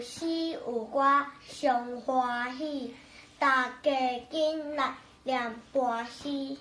诗有歌上欢喜，大家紧来念歌诗。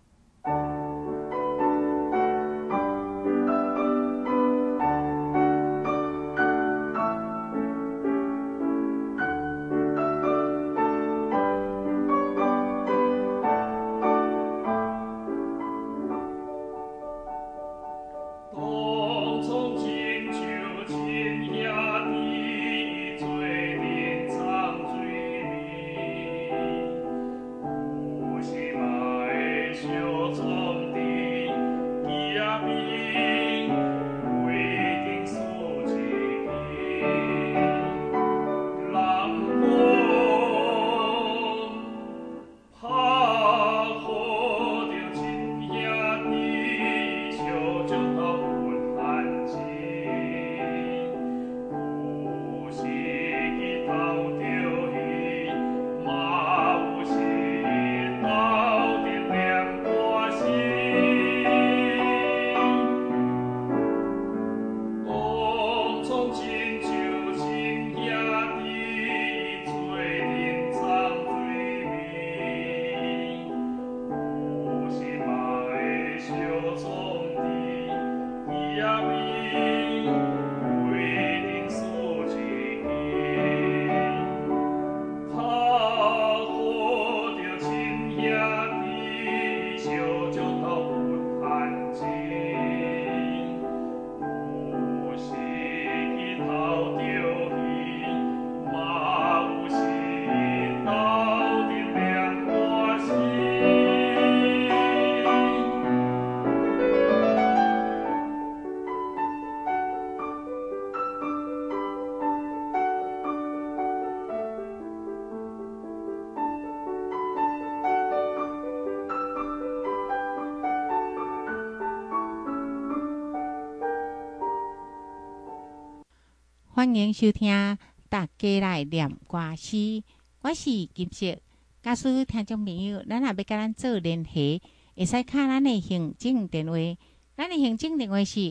欢迎收听大家来念歌诗，我是金色。假使听众朋友，咱也要甲咱做联系，会使敲咱的行政电话。咱的行政电话是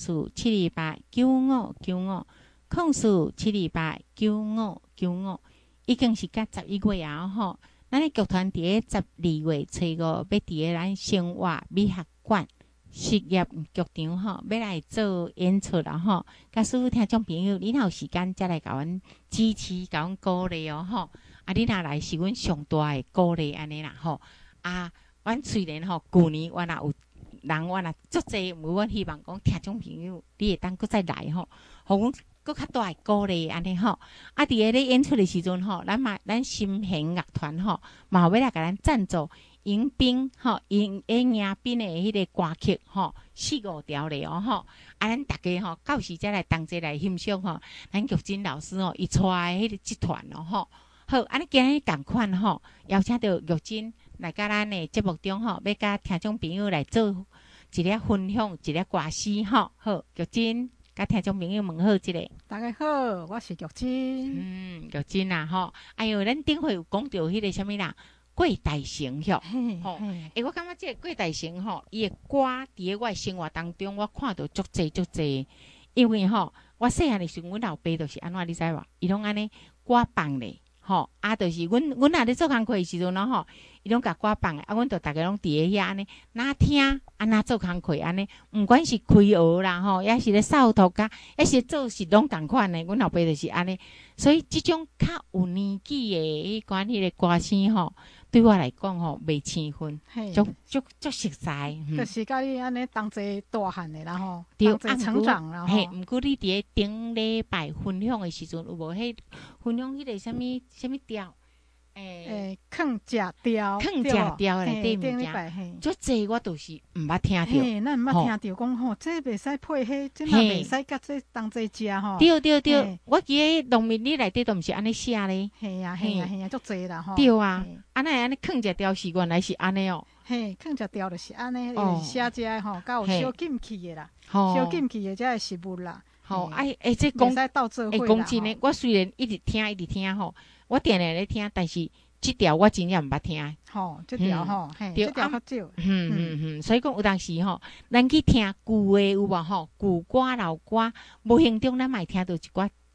04-728-9595，04-728-9595，已经是甲11月啊吼。咱的剧团伫咧12月初5要伫咧咱生活美学馆实业剧场吼，要来做演出啦吼。假使听众朋友，你若有时间，才来甲阮支持、甲阮鼓励哦吼。啊，你若来是阮上大的鼓励安尼啦吼。啊，阮虽然吼旧年我若有人，我若足济，阮希望讲听众朋友，你会当搁再来吼，互阮搁较大的鼓励安尼吼。啊，伫咧演出的时阵吼，咱心弦乐团吼，嘛要来甲咱赞助。迎宾吼，迎宾的迄个歌曲吼，4-5条咧哦吼。啊，咱大家吼到时才来同齐来欣赏吼。咱玉珍老师吼，伊带迄个集团咯吼。好，安尼今日共款吼，邀请到玉珍来甲咱的节目中吼，要甲听众朋友来做一个分享，一个歌诗吼。好，玉珍甲听众朋友问好一个。 大家好，我是玉珍。 玉珍啊吼，哎哟，咱顶回有讲到迄个啥物啦？过大成吼，吼，我感觉这个过大成吼，伊的歌伫咧我的生活当中，我看到足济，因为吼，我细汉的时阵，阮老爸就是安怎，你知无？伊拢安尼歌放咧，吼，啊，就是阮若咧做工课的时阵咯吼，伊拢甲歌放诶，啊，阮就逐个拢伫咧遐安尼，哪听啊哪做工课安尼，毋管是开学啦吼，也是咧扫涂骹，也是做事拢共款诶，阮老爸就是安尼，所以即种较有年纪诶迄款迄个歌星吼。对我来讲吼，袂青分，足实在。 就是甲你安尼同齐大汉的啦吼，同齐成长啦吼。 嘿，毋过你伫咧顶礼拜分享的时阵，有无迄分享迄个啥物调？ 放食调， 放食调内底物件，足济我都是毋捌听着。 嘿，咱毋捌听着讲吼，这袂使配迄，这嘛袂使甲这同齐食吼。 对，我记得农民历内底都毋是安尼写咧。 嘿啊，足济啦吼。 对啊，安尼放食调是原来是安尼哦。 嘿，放食调就是安尼，写遮诶吼，甲有小禁气诶啦，小禁气诶，遮个食物啦。 吼，这讲， 袂使倒做伙啦。 讲真诶，我虽然一直听吼。我定定咧听，但是即条我真正毋捌听。 吼，即条吼，嘿，即条较少。 所以讲有当时吼，咱去听旧诶有无吼？旧歌老歌，无形中咱嘛会听到一寡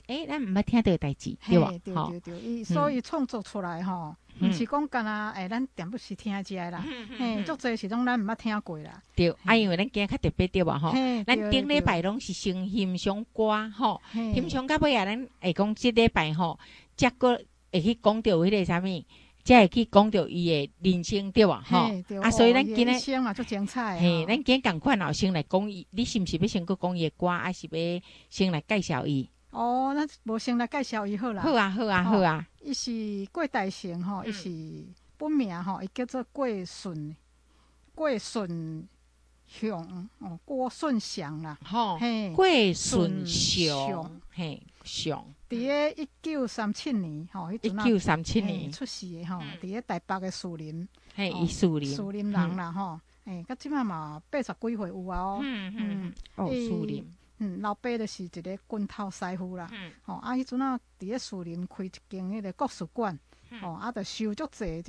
咱毋捌听到代志，对吧？ 对，伊所以创作出来吼，毋是讲干那咱点不是听遮啦，足侪是拢咱毋捌听过啦。 对，因为咱今较特别对吧？吼，咱顶礼拜拢是先欣赏歌吼，欣赏到尾啊，咱会讲即礼拜吼，则个会去讲到迄个啥物。才会去讲到伊的人生对吧？吼，所以咱今日生嘛足精彩。 咱今共款后先来讲伊，你是毋是要先去讲伊的歌，还是要先来介绍伊？ 咱无先来介绍伊好啦。 好啊。 伊是郭大成吼，伊是本名吼，伊叫做郭顺祥郭顺祥啦。 吼，郭顺祥，祥。 伫个1937年吼 ，1937年出世的吼，伫个台北的树林， 伊树林人啦吼，到即摆嘛80几岁有啊树林， 老爸就是一个军头师傅啦，迄阵啊伫个树林开一间迄个国术馆，就收足侪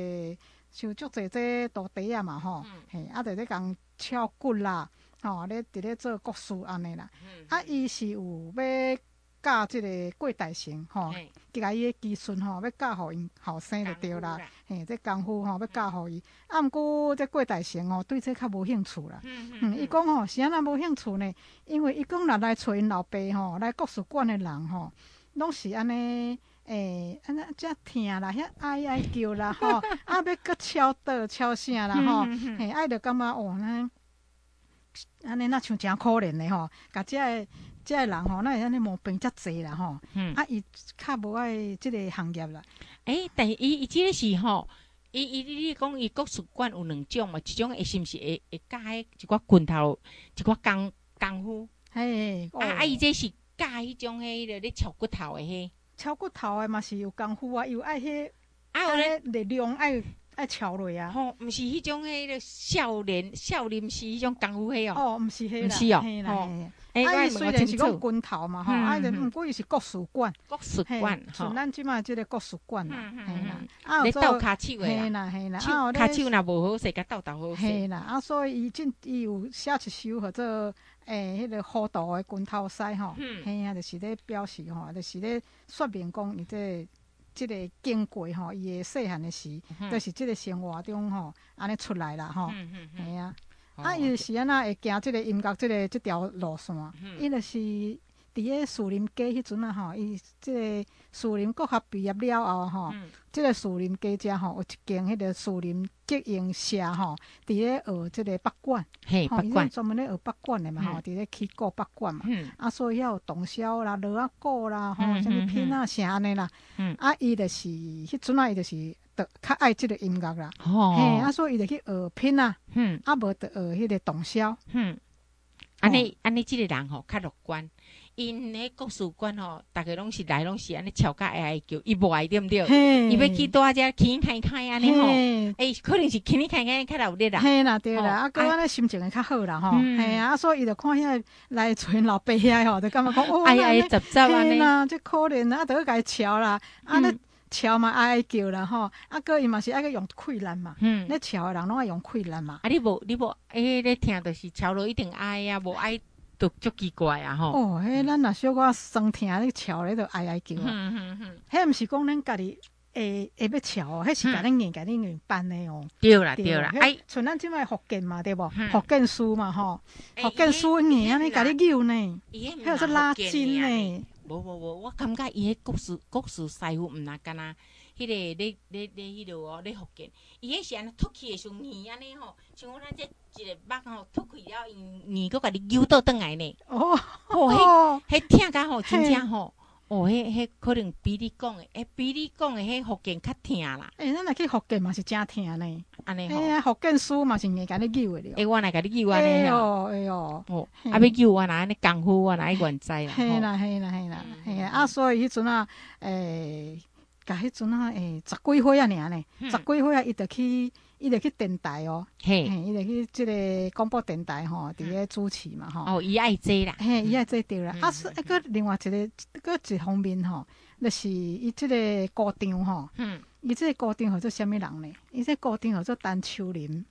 这徒弟啊嘛吼，就咧共敲骨啦，咧伫咧做国术安尼啦，伊是有要教即个郭大成吼，甲伊的技术吼，要教互因后生就对啦。这功夫吼要教互伊。毋过这郭大成吼对这较无兴趣啦。伊讲吼是安那无兴趣呢？因为伊讲若来找因老爸吼，来国术馆的人吼，拢是安尼安那遮疼啦，遐哀叫啦吼，要搁敲倒敲啥啦吼，爱就感觉安尼那像真可怜的吼，甲遮个人吼，那会安尼毛病遮济啦吼，伊较无爱即个行业啦。 但伊即个是吼，你讲伊国术馆有两种嘛，一种是毋是会教一寡拳头，一寡功夫？伊这是教迄种迄个咧敲骨头的迄。 敲骨头的嘛是有功夫啊，又爱迄力量爱敲落啊。 毋是迄种迄个少林寺迄种功夫迄哦。毋是迄啦。 毋是哦。 伊虽然是讲拳头嘛吼，毋过伊是国术馆。 国术馆， 像咱即马即个国术馆啦， 咧斗骹手的。 嘿啦， 骹手若无好势，甲斗好势。 嘿啦，所以伊有写一首叫做迄个糊涂的拳头师吼，就是咧表示吼，就是咧说明讲伊即个经过吼，伊的细汉的时，就是即个生活中吼，安尼出来啦吼，伊就是安那会行即个音乐即条路线，伊就是伫个树林街迄阵啊吼，伊即个树林国学毕业了后吼，即个树林街遮吼有一间迄个树林结营社吼，伫咧学即个八卦，伊专门咧学八卦的嘛吼，伫咧去教八卦嘛，所以遐有洞箫啦、锣仔鼓啦吼，啥物片啊啥安尼啦，伊就是迄阵啊，伊就是较爱即个音乐啦，所以伊就去学片啊，无就学迄个洞箫， 安尼即个人吼较乐观。因迄国术馆吼，逐个拢是来拢是安尼吵甲哀叫，伊无爱对毋对？伊要去倒遮轻开安尼吼，可能是轻开较闹热啦。 嘿啦，对啦，搁安尼心情会较好啦吼。所以伊就看遐来找因老爸遐吼，就感觉讲杂安尼啦，即可怜啊，就去甲伊吵啦，安尼吵嘛哀叫啦吼，搁伊嘛是爱去用气力嘛，咧吵的人拢爱用气力嘛。 你无咧听就是吵落一定哀啊，无哀。都足奇怪啊吼！ 迄咱若小可酸疼咧吵咧，就哀叫啊。迄毋是讲咱家己会要吵哦，迄是甲恁硬办的哦。 对啦， 像咱即摆福建嘛，对无？福建书嘛吼，福建书硬安尼甲你扭呢，迄是拉筋呢。 无，我感觉伊迄国术师傅毋若干那。迄个咧迄落哦，咧福建，伊迄是安尼脱去的像圆安尼吼，像咱这一个肉吼脱开了，圆搁甲你扭倒转来呢。迄疼甲吼真正吼，迄可能比你讲的，迄福建较疼啦。 咱若去福建嘛是真疼呢， 安尼吼。 福建书嘛是硬甲你扭的了。 我来甲你扭安尼吼。 要扭我若安尼功夫我若爱原知啦。 嘿啦，所以迄阵啊，甲迄阵啊，10几岁啊，尔呢，10几岁啊，伊就去电台哦，伊就去即个广播电台吼，伫咧主持嘛吼。 伊爱做啦， 伊爱做对啦。搁另外一方面吼，就是伊即个歌唱吼，伊即个歌唱号做啥物人呢？伊这歌唱号做陈秋林。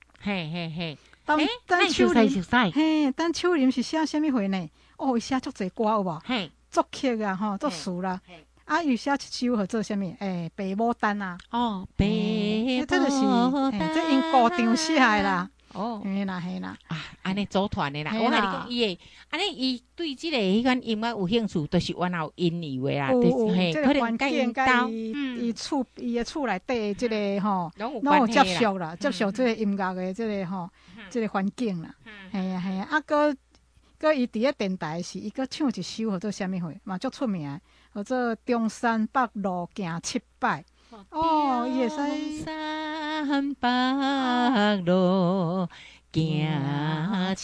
陈秋林是写啥物货呢？伊写足侪歌有无？ 作曲啊，吼，作词啦。啊，伊写一首叫做啥物？爸牡丹啊。 哦，爸牡丹， 这就是这因歌唱写的啦。 哦， 嘿啦嘿啦。 啊，安尼组团的啦。我甲你讲，伊的安尼，伊对即个迄款音乐有兴趣，就是原来有因由的啦。 有嘿， 这个环境甲伊的厝内底即个吼，拢有接受啦，接受即个音乐的即个吼，即个环境啦。嘿啊嘿啊，啊个伊伫咧电台是伊个唱一首叫做啥物货，嘛足出名的，叫做中山北路行7摆。哦，伊会使。 中山北路行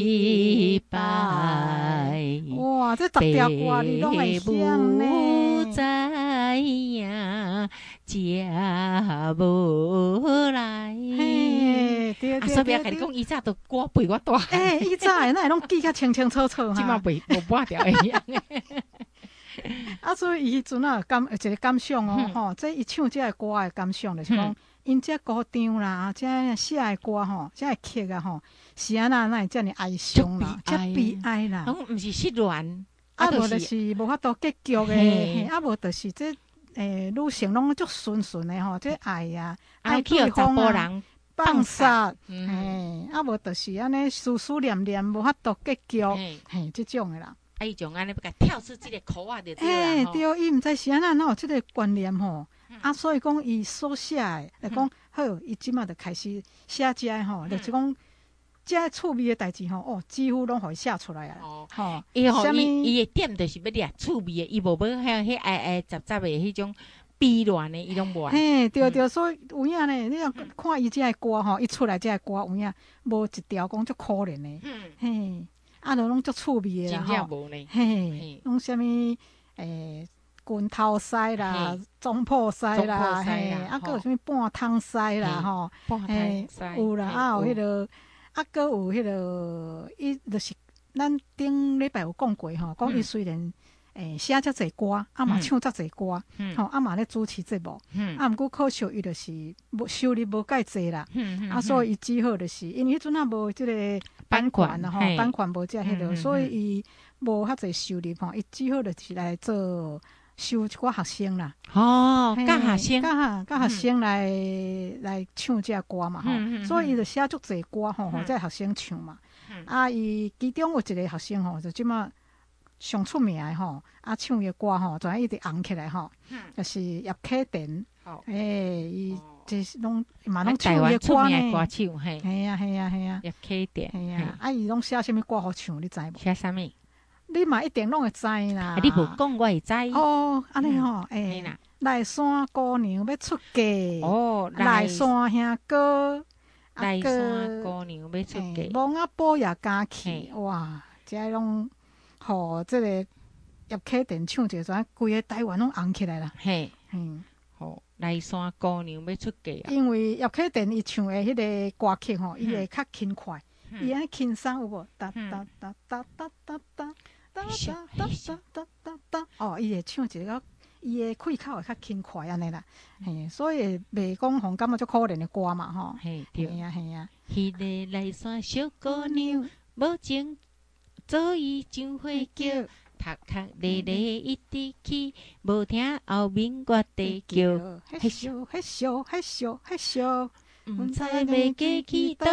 7摆。 哇，这10条歌你拢会响呢。 知影食无来。 嘿，对。 所以甲你讲，伊早都歌背我大。 伊早的那拢记较清清楚楚哈。 即马背无半条会样。 啊，所以伊迄阵啊，有一个感想哦，吼，这伊唱这个歌的感想就是讲，因这歌唱啦，这写的歌吼，这个曲啊吼，是安那会遮尔哀伤啦，遮悲哀啦， 毋是失恋， 啊无就是无法度结局的，啊无就是这女性拢足顺顺的吼，这爱啊，爱对方啊，放杀，啊无就是安尼思思念念，无法度结局，嘿，这种的啦。 啊，伊种安尼要甲跳出即个口啊，就对啦吼。 对，伊毋知是安那哪有即个观念吼，啊，所以讲伊所写的，来讲好，伊即马就开始写遮的吼，就是讲遮趣味的代志吼，哦，几乎拢互伊写出来啊。 吼，伊的点就是要掠趣味的，伊无要迄哀哀杂杂的迄种悲恋的，伊拢无。 嘿，对，所以有影呢，你若看伊遮的歌吼，伊出来遮的歌有影，无一条讲足可怜的，嘿。啊，就拢足趣味的啦吼，嘿，拢啥物拳头师啦、总破师啦，嘿，啊，搁有啥物半汤师啦吼，嘿，有啦，啊，有迄个，啊，搁有迄个，伊就是咱顶礼拜有讲过吼，讲伊虽然写遮济歌，啊嘛唱遮济歌，吼，啊嘛咧主持节目，啊，毋过可惜伊就是收入无介济啦，啊，所以伊只好就是因为迄阵啊无即个版权啦吼，版权无遮迄落，所以伊无遐济收入吼，伊只好就是来做收一寡学生啦。 哦，教学生， 教学生来唱遮歌嘛吼，所以伊就写足济歌吼，互遮学生唱嘛。啊，伊其中有一个学生吼，就即马上出名的吼，啊，唱的歌吼，全一直红起来吼，就是叶启田，伊。就是拢嘛拢唱伊歌呢， 歌手嘿， 系啊， 叶启田， 系啊，啊伊拢写啥物歌好唱，你知无？ 写啥物？ 你嘛一定拢会知啦。 你无讲我会知。 哦，安尼吼，内山姑娘要出嫁。哦，内山兄哥， 内山姑娘要出嫁。 望啊宝也加去，哇，这拢互这个叶启田唱一转，规个台湾拢红起来啦。 嘿，好。内山姑娘要出嫁啊！ 因为叶启田伊唱的迄个歌曲吼，伊会较轻快，伊安尼轻松有无？哒哒哒哒哒哒哒哒哒哒哒，哦，伊会唱一个，伊的开口会较轻快安尼啦，嘿，所以袂讲互感觉足可怜的歌嘛吼， 嘿，对啊。 迄个内山小姑娘，无情早已上火桥。头壳咧咧一直去，无听后面我地叫， 嘿咻嘿咻嘿咻嘿咻， 毋知要嫁去倒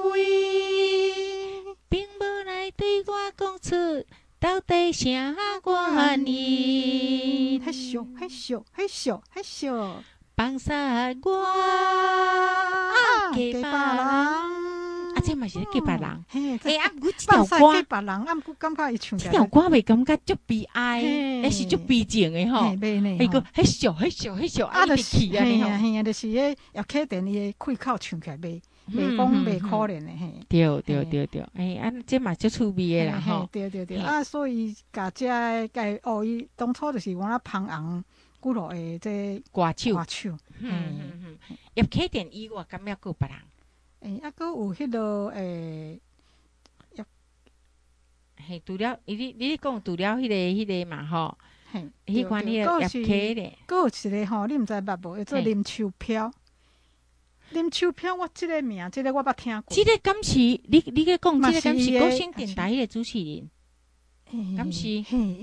位，并无来对我讲出到底啥原因。 嘿咻嘿咻嘿咻嘿咻， 放杀我嫁别人。啊，这嘛是嫁别人。嘿，啊，毋过即条歌， 嫁别人，啊，毋过感觉伊唱即条歌袂感觉足悲哀，还是足悲情的吼。迄个迄笑，啊，就是去啊， 嘿啊，就是迄叶启田伊的开口唱起来袂讲袂可怜的嘿。 对，哎，啊，这嘛足趣味的啦吼。 对，啊，所以甲遮哦，伊当初就是我那芳红几落的这歌手。叶启田以外，敢要有别人？ 啊，搁有迄落嘿，除了你讲除了迄个嘛吼，嘿，迄款迄个叶启咧， 搁有一个吼，你毋知捌无？叫做林秋飘。林秋飘，我即个名，即个我捌听过。 即个敢是你咧讲，即个敢是国声电台迄个主持人？敢是？ 嘿，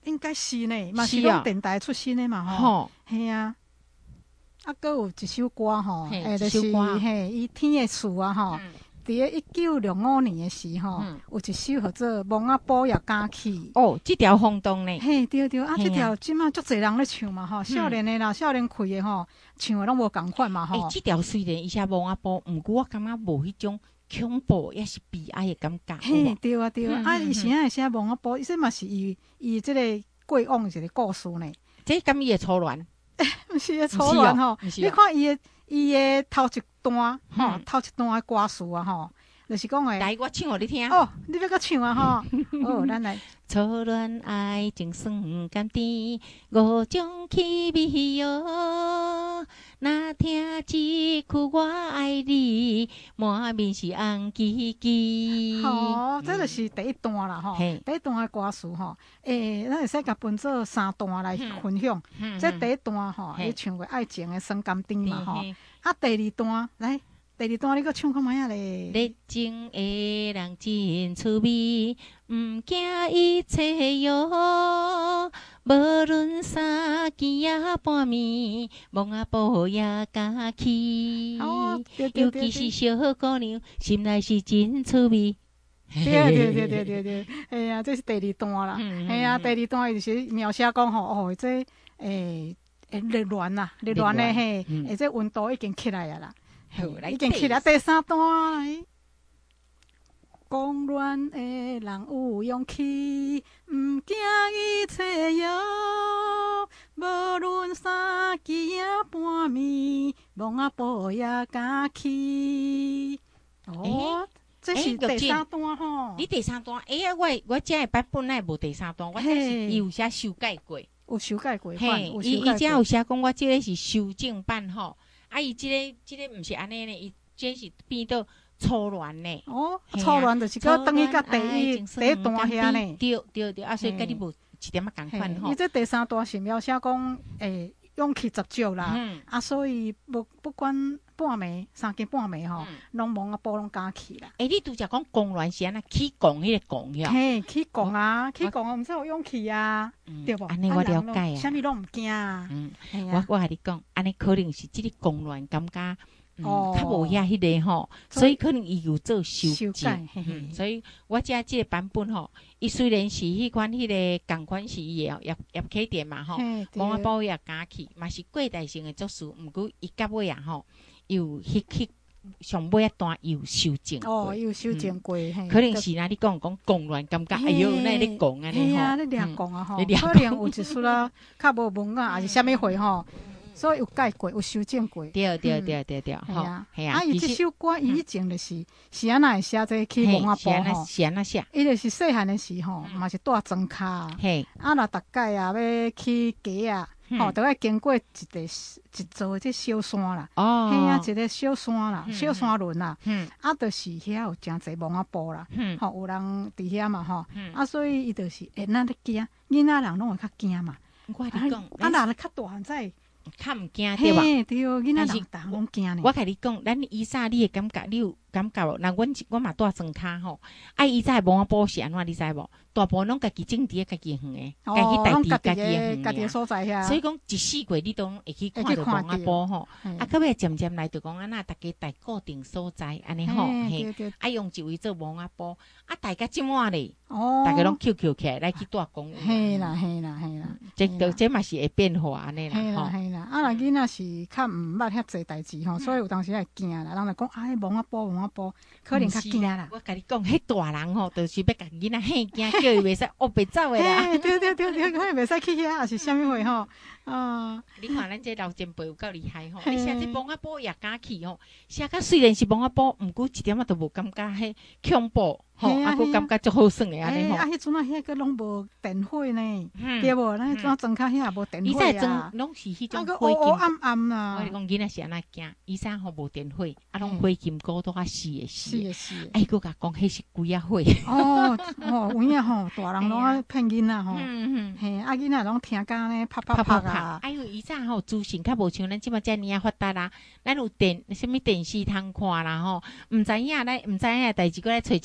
应该是呢，嘛是是哦讲电台出身的嘛吼。 吼， 嘿啊，啊，搁有一首歌吼， 嘿就是一首歌嘿，伊天的厝啊吼。伫个1965年的时候，有一首叫做《蒙阿波也敢去》。 哦，这条轰动呢？ 嘿，对对，啊， 嘿啊这条即马足侪人咧唱嘛吼，少年的啦，少年开的吼，唱的拢无共款嘛吼。 这条虽然伊写蒙阿波，毋过我感觉无迄种恐怖也是悲哀的感觉。 嘿，对啊对啊，啊，伊现在写蒙阿波，伊这嘛是伊即个过往的一个故事呢。 这敢伊的初恋？ 毋是个初恋吼，你看伊的头一段吼，头一段的歌词啊吼，就是讲诶。 来，我唱互你听。 哦，你要搁唱啊吼。哦，咱来。 初恋爱情酸甘甜，五种气味哟。若听一句我爱你，满面是红旗旗。 吼，这就是第一段啦吼。第一段的歌词吼，咱会使甲分做3段来分享。这第一段吼，伊唱过爱情的酸甘甜嘛吼。啊，第二段来。第二段你搁唱看卖啊咧？ 热情的人真趣味，毋惊一切哟。无论三更也半暝，梦啊步也敢去。 哦，对尤其是小姑娘，心内是真趣味。 对，哎呀，这是第二段啦。哎呀，第二段就是描写讲吼，哦，这热恋啦，热恋的嘿，这温度已经起来啊啦。已经起来第3段来。讲恋的人有勇气，毋惊一切哟。无论三更也半暝，梦啊步也敢去。哦，这是第3段吼。 你第3段，我这个版本乃无第3段，我这是有写修改过。 有修改过， 伊这有写讲我这个是修正版吼。啊，伊这个毋是安尼呢，伊这是变到初恋呢。 哦，初恋就是搁等于甲第一段遐呢。 对，啊，所以甲你无一点仔共款吼。 伊这第3段是描写讲，勇气十足啦。啊，所以不管半暝、3更半暝吼，拢蒙啊步拢敢去啦。 你拄则讲公恋是安那起讲迄个讲哟？ 嘿，起讲啊，毋才有勇气啊，对无？ 安尼我了解啊。 啥物拢毋惊啊。 我甲你讲，安尼可能是即个公恋感觉。较无遐迄个吼，所以可能伊有做修正。所以我遮即个版本吼，伊虽然是迄款迄个共款是伊的叶启田嘛吼，蒙阿波也敢去，嘛是过代性的作词，毋过伊到尾啊吼，有迄上尾一段有修正过。 有修正过。 可能是哪你讲公恋感觉，哎哟，那你讲安尼吼。 你掠讲啊吼，可能有一出啦，较无文啊，还是啥物货吼。所以有改过，有修正过。 对，吼， 系啊。伊即首歌以前就是安那会写这去蒙阿波吼， 是安那写。 伊就是细汉的时吼，嘛是带装卡。嘿。啊，若逐摆啊要去街啊，吼，都要经过一座这小山啦。哦。嘿啊，一个小山啦，小山轮啦。啊，就是遐有诚侪蒙阿波啦。吼，有人伫遐嘛吼。啊，所以伊就是会那咧惊，囡仔人拢会较惊嘛。 我甲你讲， 啊，若咧较大汉仔。 较毋惊对吧？ 对，囡仔人逐项拢惊呢。 我甲你讲，咱以前你的感觉，你有感觉无？那我嘛带装卡吼，以前蒙阿波是安怎？你知无？大部分拢家己种伫家己园的，家己家己园家己所在遐。 所以讲一世过你都会去看到蒙阿波吼。到尾渐渐来就讲安那，大家带固定所在安尼吼，嘿，用一位做蒙阿波，大家即满咧，大家拢 QQ 起来去带公园。 嘿啦。 这嘛是会变化安尼啦， 嘿啦。啊，若囡仔是较毋捌遐济代志吼，所以有当时会惊啦。人就讲蒙阿波，可能较惊啦。 我甲你讲，迄大人吼，就是要甲囡仔吓惊，叫伊袂使白走的啦。 对，可能袂使去遐，也是啥物货吼。 你看咱这老前辈有够厉害吼，你写这蒙阿波也敢去吼，写甲虽然是蒙阿波，毋过一点仔都无感觉迄恐怖。吼，佫感觉足好耍的安尼吼。 迄阵遐佫拢无电火呢，对无？咱迄阵装卡遐也无电火啊。 伊装拢是迄种火金，暗啦。 我讲囡仔是安那惊，伊啥吼无电火，拢火金菇都死的。佫甲讲迄是鬼啊火。 有影吼，大人拢爱骗囡仔吼。嘿，囡仔拢听讲呢，啪啊。 因为伊早吼资讯较无像咱即马遮尔发达啦，咱有啥物电视通看啦吼，毋知影代志，佫来找一个旧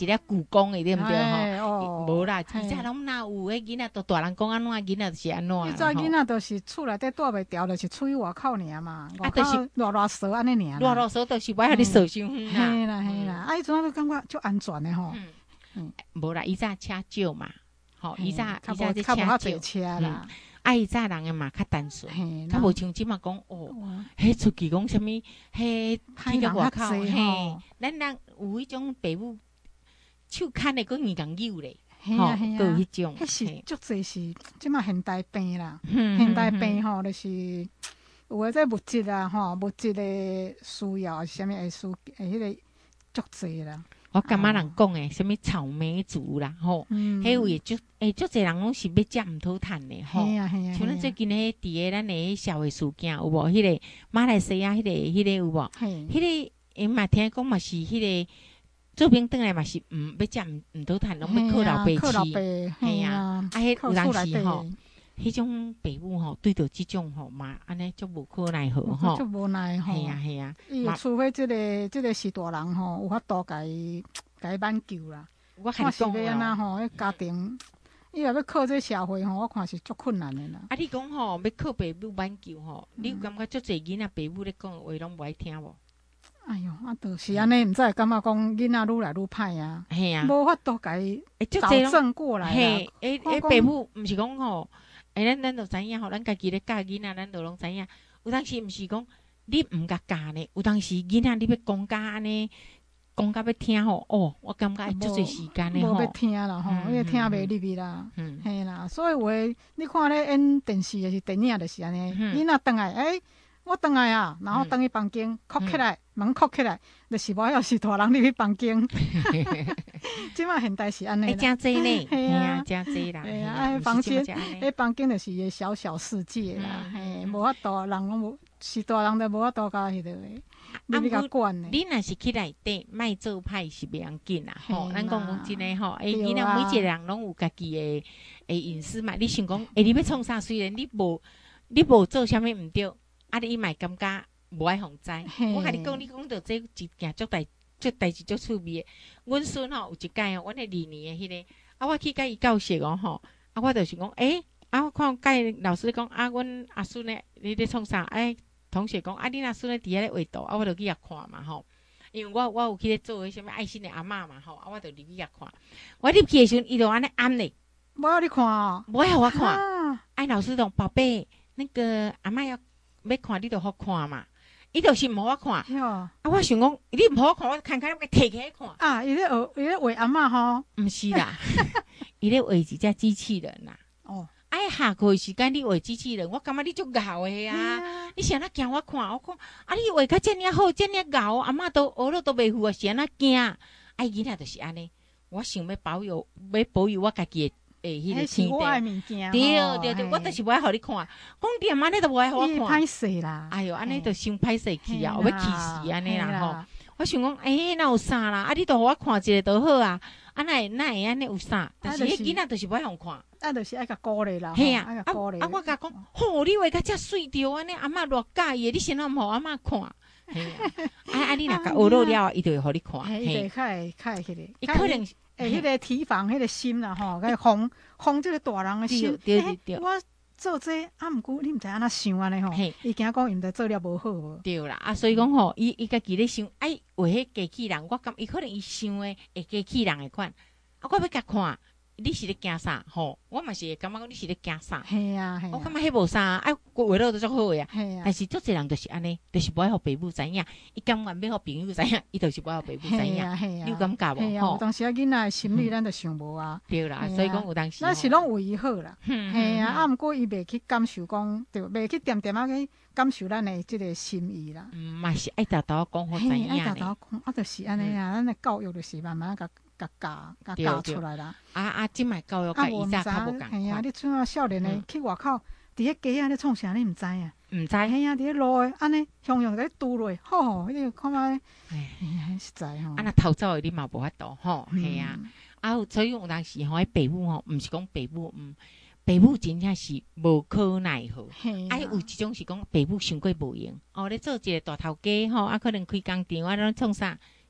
武功的对毋对哦无啦，以前拢哪有迄囡仔都大人讲安怎，囡仔就是安怎啦。 以前囡仔都是厝内底住袂牢，就是出去外口尔嘛，外口热烧安尼尔。 热烧就是我互你烧伤远啦。 嘿啦嘿啦，啊，迄阵我都感觉足安全的吼。 无啦，以前车少嘛，吼，以前这较无遐济车啦。 以前人诶嘛较单纯，较无像即嘛讲迄出去讲啥物，迄去到外口，嘿，咱人有迄种爸母手牵诶，佫硬共扭咧，吼，佫有迄种。 迄是足济是即嘛现代病啦，现代病吼，就是有诶这物质啊，吼，物质诶需要是啥物会迄个足济啦。 我感觉人讲诶，什物草莓族啦，吼，迄有诶足济人拢是要食毋讨趁诶，吼。像咱最近迄伫诶咱诶社会事件有无？迄个马来西亚迄个有无？迄个因嘛听讲嘛是迄个做兵转来嘛是要食毋讨趁，拢要靠老爸饲，嘿啊，迄有当时吼。迄种爸母吼，对着即种吼嘛，安尼足无可奈何吼， 足无奈何。 系啊系啊， 除非即个是大人吼，有法度甲伊挽救啦。 我看是要安那吼，迄家庭伊若要靠这社会吼，我看是足困难的啦。 啊，你讲吼要靠爸母挽救吼，你有感觉足侪囡仔爸母咧讲话拢无爱听无？ 哎哟，啊，就是安尼，毋知感觉讲囡仔愈来愈歹啊， 系啊， 无法度甲伊矫正过来啦。 嘿，爸母毋是讲吼。咱就知影吼，咱家己咧教囡仔，咱就拢知影。有当时毋是讲你毋甲教呢，有当时囡仔你要讲甲安尼，讲甲要听吼，我感觉足侪时间咧吼。 无要听啦吼，因为听袂入去啦，嘿啦。所以有诶，你看咧演电视还是电影，就是安尼。囡仔转来，我转来啊，然后转去房间，哭起来，门哭起来，就是我要是大人入去房间。即马现代是安尼啦， 真济呢，嘿啊，真济啦， 嘿啊，房间，房间就是一个小小世界啦，嘿，无法度，人拢无，是大人都无法度甲迄个，你甲管呢？ 你若是去内底，莫做歹是袂要紧啦，吼，咱讲真诶吼，囡仔每一个人拢有家己诶隐私嘛，你想讲，你要创啥？虽然你无做啥物毋对，啊，你莫感觉无爱互知。我甲你讲，你讲到这一件代志足趣味诶。阮孙吼有一届阮诶2年诶迄个，我去甲伊教习吼，我就是讲，我看甲老师讲，阮阿孙诶，你咧创啥？同学讲，你阿孙咧伫遐咧画图，我就去遐看嘛吼。因为我有去咧做迄啥物爱心诶阿嬷嘛吼，我就入去遐看。我入去诶时阵，伊就安尼按咧， 无要你看哦， 无互我看。老师讲，宝贝，那个阿嬷要看，你就好看嘛。伊就是毋互我看，我想讲，你毋互我看，我看我摕起来看。 啊，伊咧画阿嬷吼， 毋是啦，伊咧画一只机器人啦。下课时间你画机器人，我感觉你足敖诶啊！你是安那惊我看？我讲，你画甲遮尔好，遮尔敖，阿嬷都学了都袂赴啊，是安那惊？囡仔就是安尼，我想要保佑我家己诶，迄个天地。对，我就是无爱互你看，讲点安尼都无爱互我看。 歹势啦！ 哎哟，安尼就伤歹势去啊，有要气死安尼啦吼！我想讲，哪有啥啦？你都互我看一个就好啊！哪会安尼有啥？但是迄囡仔就是无爱互看， 就是爱甲鼓励啦。 嘿啊，我甲讲，你画甲遮水着安尼，阿嬷偌介意，你先互阿嬷看。嘿你若甲学到了，伊就会互你看。 嘿，较会迄个， 伊可能迄个提防迄个心啦吼，甲防即个大人的心。对，我做这毋过你毋知安那想安尼吼，伊惊讲伊毋知做了无好无。 对啦，所以讲吼，伊家己咧想，画迄机器人，我感伊可能伊想诶会机器人诶款，我要甲看。你是咧惊啥？吼，我嘛是感觉讲你是咧惊啥？ 系啊， 我感觉迄无啥，画了都足好呀。但是足侪人就是安尼，就是无爱互爸母知影，伊甘愿要互朋友知影，伊就是无爱互爸母知影。你有感觉无？ 有当时囡仔心理咱就想无啊。 对啦，所以讲有当时咱是拢为伊好啦。系啊，毋过伊袂去感受讲，对，袂去点去感受咱的即个心意啦。 嘛是爱豆豆讲好知影爱豆豆讲，就是安尼啊，咱的教育就是慢慢教出来啦。 即摆教育甲以前较无共款。 系啊，你像啊少年的去外口，伫迄街仔咧创啥你毋知啊？ 毋知。 系啊，伫迄路的安尼，雄雄甲你拄落，吼，迄个看卖，实在吼。 若偷走的你嘛无法度吼，系啊。所以有当时吼，爸母吼，毋是讲爸母爸母真正是无可奈何。有一种是讲爸母伤过无用，咧做一个大头家吼，可能开工厂，拢创啥？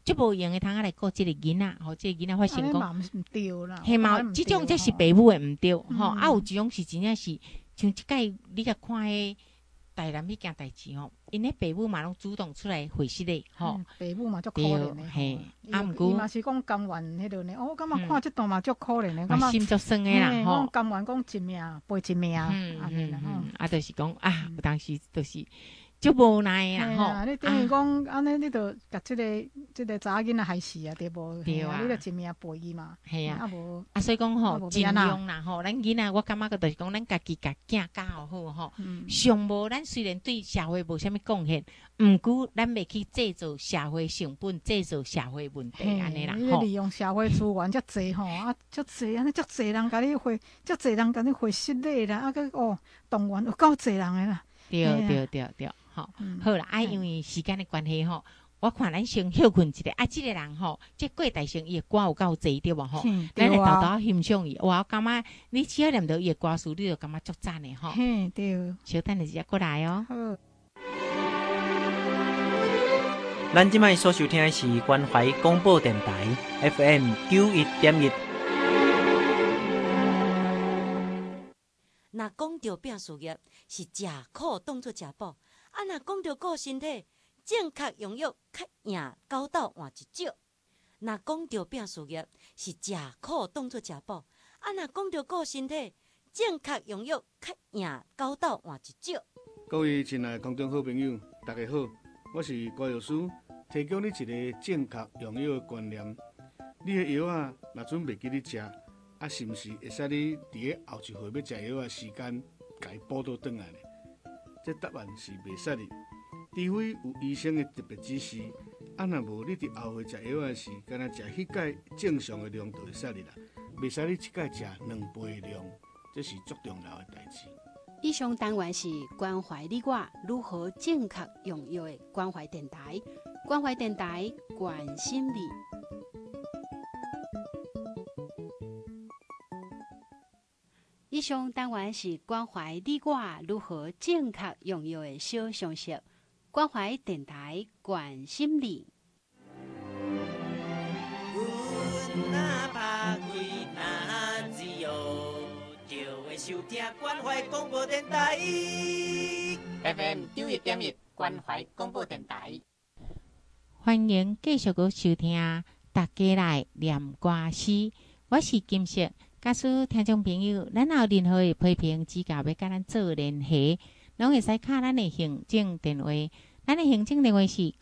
即无用诶，通啊来顾即个囡仔，吼，即个囡仔发成功， 毋对啦， 嘿嘛，即种才是爸母诶毋对，吼，啊有一种是真正是像即届你甲看迄台南迄件代志吼，因咧爸母嘛拢主动出来回息咧，吼， 爸母嘛足可怜诶， 嘿， 啊毋过伊嘛是讲甘愿迄落呢，我感觉看即段嘛足可怜诶，感觉心足酸诶啦，吼， 甘愿讲一命赔一命，安尼啦， 啊，就是讲啊，有当时就是足无奈啦，吼， 你等于讲安尼，你著甲即个查囡仔害死啊，对无？ 对啊， 你著一命赔伊嘛， 系啊， 啊无啊，所以讲吼，尽量啦吼，咱囡仔我感觉个就是讲，咱家己甲囝教好吼，上无咱虽然对社会无啥物贡献，毋过咱袂去制造社会成本，制造社会问题安尼啦吼。利用社会资源遮济吼，啊，遮济安尼，遮济人甲你回，遮济人甲你回失礼啦，啊个哦，动员有够济人诶啦。 对，吼，好啦，因为时间的关系吼。我看咱先休困一下，啊，即个人吼，即郭大生伊的歌有够济对无吼？咱来豆豆欣赏伊，我感觉你只要念到伊的歌词，你就感觉足赞的吼。 嘿，对。 小等一下过来哦。 好。 咱即摆所收听的是关怀广播电台 FM 91.1。 若讲到拼事业，是食苦当作食补；啊，若讲到顾身体，正确用药较赢狗斗换一招。若讲到拼事业，是食苦当作食补；啊，若讲到顾身体，正确用药较赢狗斗换一招。 各位亲爱的空中好朋友，大家好，我是高药师，提供你一个正确用药的观念。你的药啊，若准袂记你食，啊，是毋是会使你伫个后一回要食药的时间，甲伊补倒转来呢？这答案是袂使的。除非有医生的特别指示，啊，若无你伫后回食药的时，干那食迄届正常的量就会使你啦，袂使你一届食2倍的量，这是足重要的代志。 以上单元是关怀你我如何正确用药的关怀电台，关怀电台关心你。以上单元是关怀你我如何正确用药的小常识。关怀电台关心你。 哪怕贵哪自由，就会收听关怀广播电台 FM 91.1关怀广播电台。 欢迎继续个收听，大家来念歌诗。我是金色，假使听众朋友，咱有任何的批评指教，要甲咱做联系。拢会使敲咱的行政电话，咱的行政电话是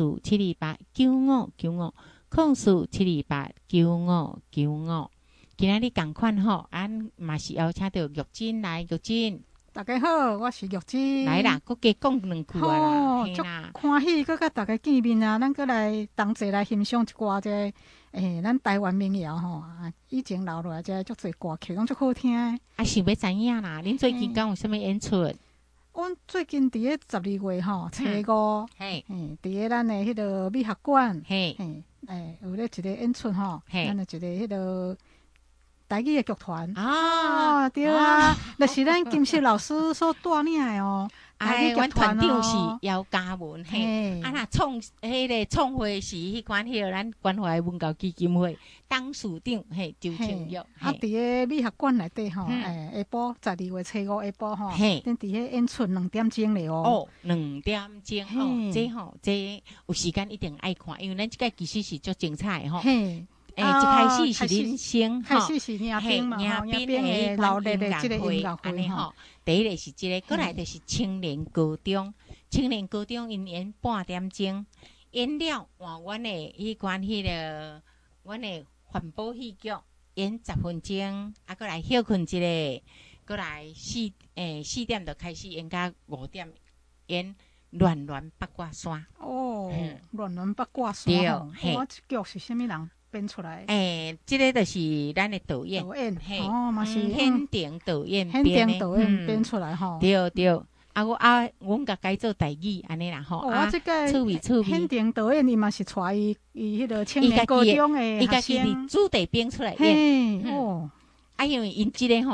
04-728-9595，04-728-9595。今仔日共款吼，俺嘛是邀请到玉珍来，玉珍。 大家好，我是玉珍。 来啦，佮加讲两句啦， 嘿啦，欢喜佮甲大家见面啊！咱佮来同齐来欣赏一寡这咱台湾民谣吼，以前留落来这足侪歌曲，拢足好听。啊， 想要知影啦，恁最近敢有啥物演出？ 阮最近伫个12月吼，初5，伫个咱的迄个美学馆，有咧一个演出吼，咱的一个迄个台语的剧团啊，对啊，就是咱金色老师所带领的哦。 阮团长是姚嘉文，嘿，若创迄个创会是迄款迄个咱关怀文教基金会董事长，嘿，周清玉。 啊，伫个美学馆内底吼，下晡12月初5下晡吼，咱伫个演出2点钟咧哦。 哦，2点钟哦，这有时间一定爱看，因为咱即个其实是足精彩吼。一开始是恁先， 开始是迎宾嘛，迎宾的老热的即个音乐会吼。 第一个是即个，过来就是青年高中，青年高中因演半点钟，演了换阮的迄款迄个，阮的环保戏剧演10分钟，啊，过来休困一下，过来4点就开始演到5点，演暖暖八卦山。 哦，暖暖八卦山。对，我这剧是啥物人编出来？ 即个就是咱的导演， 嘛是显定导演编出来吼。 对，阮甲改做台语安尼啦吼。 我即个显定导演伊嘛是带伊迄个青年高中的伊家己主题编出来演。 哦， 因为因即个吼，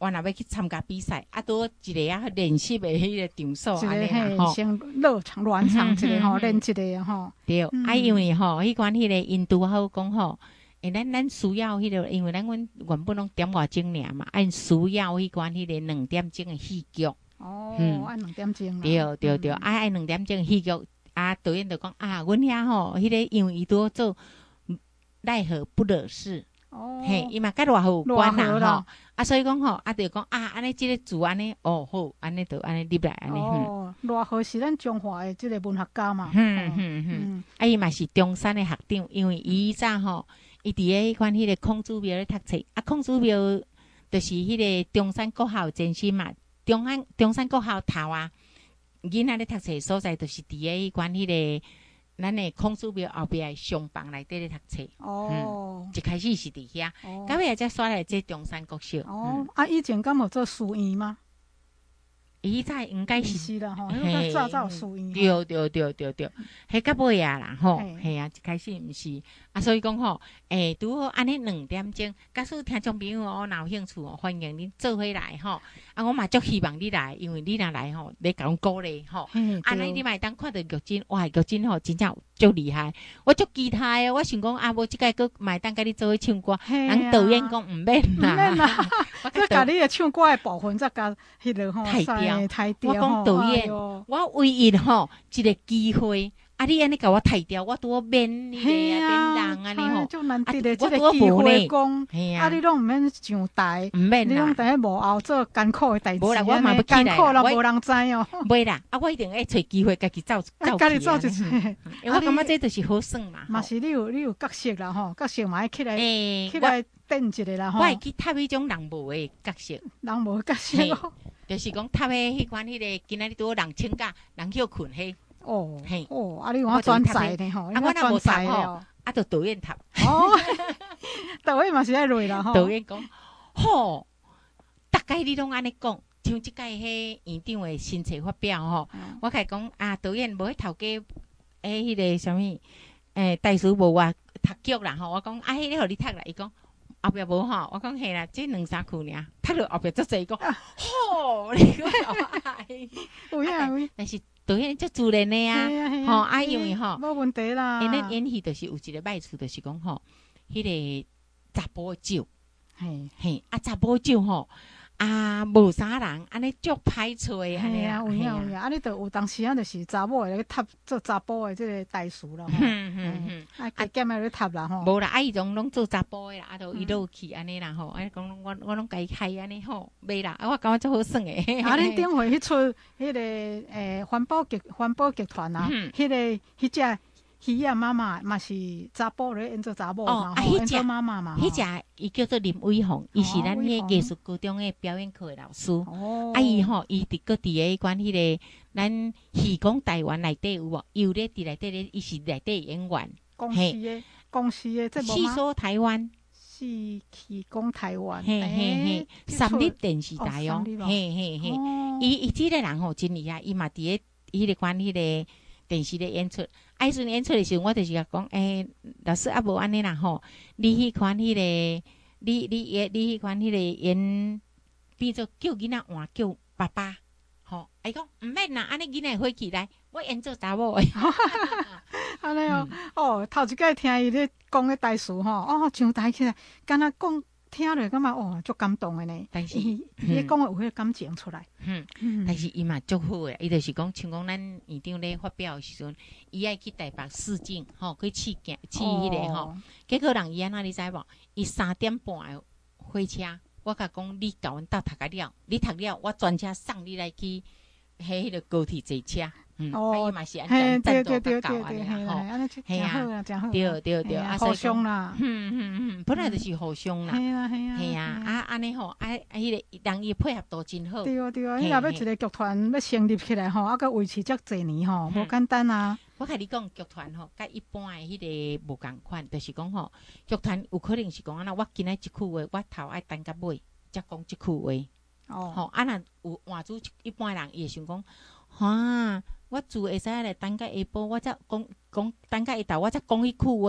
我若要去参加比赛，啊，拄一个啊练习的迄个场所安尼啦吼，先热场暖场一个吼，练一个吼。 对，啊，因为吼，迄款迄个因拄好讲吼，咱需要迄个，因为阮原本拢点外钟尔嘛，按需要迄款迄个2点钟的戏剧。 哦，按2点钟。 对，按2点钟的戏剧，啊，导演就讲啊，阮遐吼，迄个因为伊拄做奈何不惹事。嘿，伊嘛甲偌好有关啦吼，啊，所以讲吼，啊，就讲啊，安尼即个字安尼，哦好，安尼就安尼入来安尼。 哦，偌好是咱中华的即个文学家嘛。 啊，伊嘛是中山的学长，因为伊早吼，伊伫个迄款迄个孔子庙咧读册，啊，孔子庙就是迄个中山国校前身嘛，中山国校头啊，囡仔咧读册所在，就是伫个迄款迄个。咱的孔子庙后壁的上房内底咧读册，一开始是伫遐，到尾才刷来这中山国小。 啊，以前敢有做书院吗？ 伊早应该是啦吼，早有书院。 对，迄较尾啊啦吼，系啊，一开始毋是啊，所以讲吼，拄好安尼2点钟，假使听众朋友哦，若有兴趣哦，欢迎恁做伙来吼。啊，我嘛足希望你来，因为你若来吼，你甲阮鼓励吼。安尼你嘛会当看到玉珍，哇，玉珍吼真正足厉害，我足期待哦。我想讲啊，无即个佫嘛会当甲你做伙唱歌，人导演讲毋免啦， 佮甲你的唱歌的部分再甲迄个吼抬调。 我讲导演，我唯一吼一个机会。啊！你安尼甲我抬调，我拄好免迄个啊，免人安尼吼， 就难得的这个机会讲，啊，你拢毋免上台， 毋免啦， 你拢伫幕后做艰苦的代志， 无啦，我嘛要艰苦啦，无人知哦。 袂啦，啊，我一定要找机会家己走家己走就去， 因为我感觉这就是好耍嘛。 嘛是你有角色啦吼，角色嘛爱起来顶一个啦吼。 我会去搭迄种人无的角色， 人无角色， 就是讲搭迄迄款迄个今仔日拄人请假，人休困迄。 嘿，啊！你我专才呢吼， 啊，我若无才吼，啊，就导演读。 导演嘛是爱累啦吼。 导演讲，吼，大概你拢安尼讲，像即届迄院长的新册发表吼，我甲伊讲啊，导演无迄头家，迄个啥物，大师无话读剧啦吼，我讲啊，迄个互你读啦，伊讲。后壁无吼，我讲嘿啦，这2-3句尔，读落后壁足济讲，吼，你讲有影， 但是导演足自然的啊，吼啊，因为吼， 无问题啦。 咱演戏就是有一个歹处，就是讲吼，迄个查甫酒，嘿，啊查甫酒吼。啊，无啥人，安尼足歹找的，安尼啊，有影，啊，你著有当时啊，就是查某的咧读做查甫的即个代数啦，啊，减下咧读啦吼。 无啦，啊，伊拢做查甫的啦，啊，伊都有去安尼啦吼，啊，讲我拢家开安尼吼，袂啦，啊，我感觉足好耍的。 啊，恁顶回迄出迄个环保剧团啊，迄只。鱼啊，妈妈嘛是查甫咧，演做查某嘛，演做妈妈嘛。 迄只伊叫做林伟鸿，伊是咱迄艺术高中的表演课的老师。啊，伊吼，伊伫个伫个关迄个咱戏讲台湾内底有无？有咧伫内底咧，伊是内底演员。 公司的这戏说台湾。 是戏讲台湾。 嘿，三立电视台哦。嘿，伊即个人吼真厉害，伊嘛伫个迄个关迄个。电视咧演出，啊，迄阵演出的时候，我就是甲讲，老师啊，无安尼啦吼，你迄款迄个，你迄款迄个演，变做叫囡仔换叫爸爸，吼，伊讲毋免啦，安尼囡仔会起来，我演做查某诶， 安尼哦，头一摆听伊咧讲个台词吼，上台起来，敢若讲。听落感觉足感动的呢。 但是伊讲有迄个感情出来。 但是伊嘛足好诶，伊就是讲，像讲咱院长咧发表的时阵，伊爱去台北试镜，吼，去试迄个吼。结果人伊安那你知无？伊3点半的火车，我甲讲，你甲阮斗读了，你读了，我专车送你来去迄个高铁坐车。伊嘛是安尼赞助较高安尼吼， 嘿啊，真好， 对， 啊，互相啦， 本来就是互相啦，嘿啊，啊安尼吼，啊迄个人伊配合度真好， 对，你若要一个剧团要成立起来吼，啊，佮维持遮侪年吼，无简单啊。 我甲你讲，剧团吼，甲一般的迄个无共款，就是讲吼，剧团有可能是讲安那，我今仔一句话，我头爱等到尾，才讲一句话。吼，啊若有换做一般人，伊会想讲，哈，我住会使来等到下晡，我才讲等到下昼，我才讲迄句话，啊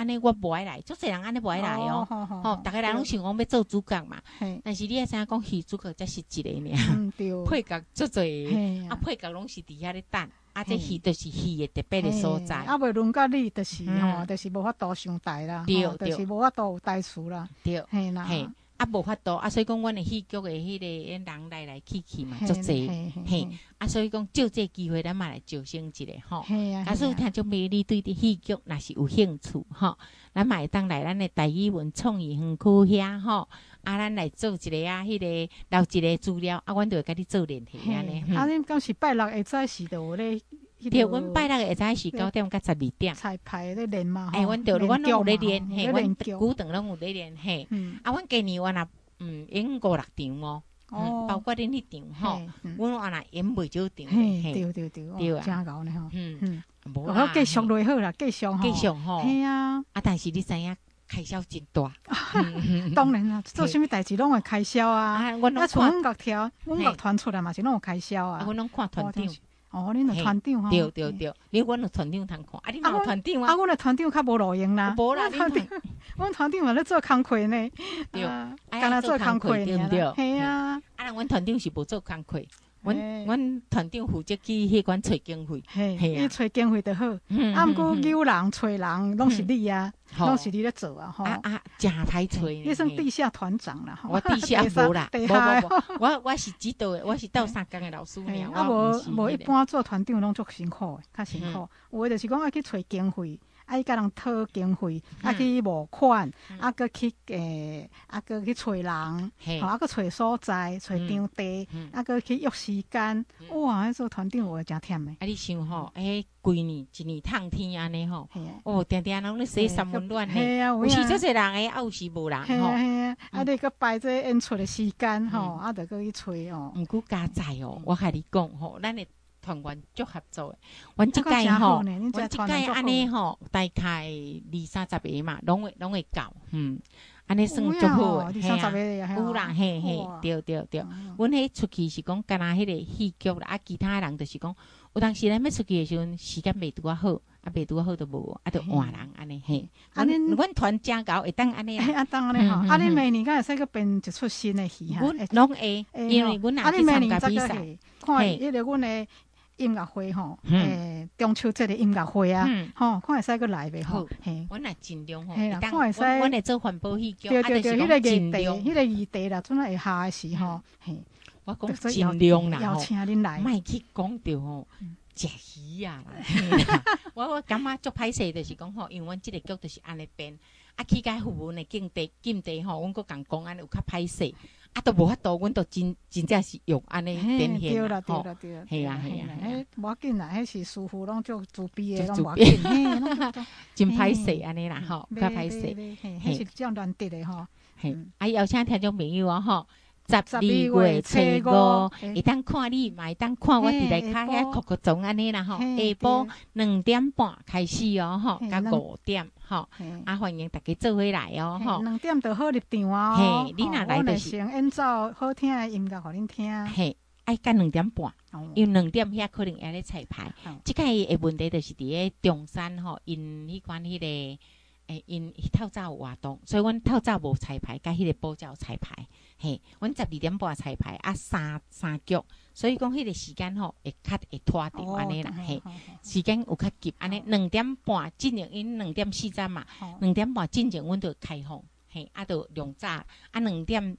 安尼我无爱来，足侪人安尼无爱来哦。吼，逐个人拢想讲要做主角嘛，但是你会知影讲戏主角才是一个尔，配角足侪，啊配角拢是伫遐咧等。啊，这戏就是戏的特别的所在。 啊，袂轮到你，就是吼，就是无法度上台啦，就是无法度有台词啦。 对， 嘿啦， 嘿，啊无法度，啊所以讲，阮的戏剧的迄个人来来去去嘛，足济，嘿，啊所以讲，借这机会，咱嘛来招生一下吼。假使听众朋友你对啲戏剧若是有兴趣吼，咱嘛会当来咱的台语文创意园区遐吼。啊，咱来做一个啊，迄个留一个资料，啊，阮就会甲你做联系安尼。 啊，恁敢是拜六下早是就有咧？ 对，阮拜六下早是9点到12点。 彩排咧练嘛？ 阮就阮拢有咧练，嘿，阮古场拢有咧练，嘿。啊，阮今年我若演5、6场哦，包括恁迄场吼，阮我若演袂少场， 嘿，对， 对啊， 真够呢吼， 无啦，继续落好啦，继续吼， 嘿啊， 啊，但是你知影？开销真大， 当然啦，做啥物代志拢会开销啊。 阮拢看音乐条，音乐团出来嘛是拢有开销啊。 阮拢看团长。 哦，恁有团长吼。 对，你阮有团长通看，啊，你有团长啊？ 啊，阮的团长较无路用啦。 无啦， 阮团长嘛咧做工课呢。 对， 干那做工课对不对？ 系啊。 啊，阮团长是无做工课。阮团长负责去迄款找经费， 伊找经费就好。啊，毋过有人找人拢是你啊，拢是你咧做啊，吼。 啊，真歹找。 你算地下团长啦， 我地下无啦，无，我是指导的，我是斗3工的老师尔。 啊，无一般做团长拢足辛苦的，较辛苦。有诶就是讲爱去找经费。啊，伊甲人讨经费，啊去募款，啊搁去啊搁去找人，啊搁找所在，找场地，啊搁去约时间。哇，迄做团长有诶真忝诶。 啊，你想吼，规年一年烫天安尼吼，哦，定定拢咧洗三温暖嘿，有时足侪人诶，啊有时无人吼。 啊，你搁排这演出诶时间吼，啊着搁去找哦。 毋过加在哦，我甲你讲吼，咱诶。团员足合作诶，阮即届吼，阮即届安尼吼，大概20-30个嘛，拢会到，安尼算足好诶，有啦，嘿，对，阮迄出去是讲，干那迄个戏剧啦，啊，其他人就是讲，有当时咱要出去诶时阵，时间袂拄啊好，啊，袂拄啊好就无，啊，就换人安尼嘿。阮团真够会当安尼啊，当安尼吼，啊，恁明年敢会使去编一出新诶戏哈？ 阮拢会，因为阮也去参加比赛， 看迄个阮诶。音乐会吼，中秋节的音乐会啊，吼，看会使个来袂吼， 嘿，阮也尽量吼， 看会使， 阮会做环保戏剧， 对， 迄个议题啦，阵会下诶时吼，嘿， 我讲尽量啦， 邀请恁来， 莫去讲着吼，食鱼啊啦，我感觉足歹势，就是讲吼，因为阮即个剧就是安尼编，啊，去甲服务的境地吼，阮佫共讲安尼有较歹势。啊，都无法度，阮都真正是用安尼展现啦， 吼， 系啊， 无要紧啦，迄是师傅拢做自闭的，拢无要紧， 真歹势安尼啦，吼，较歹势， 迄是这样难得的吼。 嘿，啊，邀请听众朋友啊，吼，12月初5，会当看你，嘛会当看我伫内骹遐酷钟安尼啦，吼，下晡2点半开始哦，吼，甲5点。吼，啊，欢迎大家做伙来哦，吼 ，2点就好入场啊， 嘿，你若来就是先演奏好听的音乐，互恁听。 嘿，爱到2点半，因为2点遐可能还咧彩排。即个的问题就是伫咧中山吼，因迄款迄个，因透早有活动，所以阮透早无彩排，甲迄个补教彩排。嘿，阮12点半彩排，啊三局，所以讲迄个时间吼会拖着安尼啦，嘿，时间有较急，安尼2点半进前因2点40嘛，2点半进前阮就开放，嘿，啊就量早，啊2点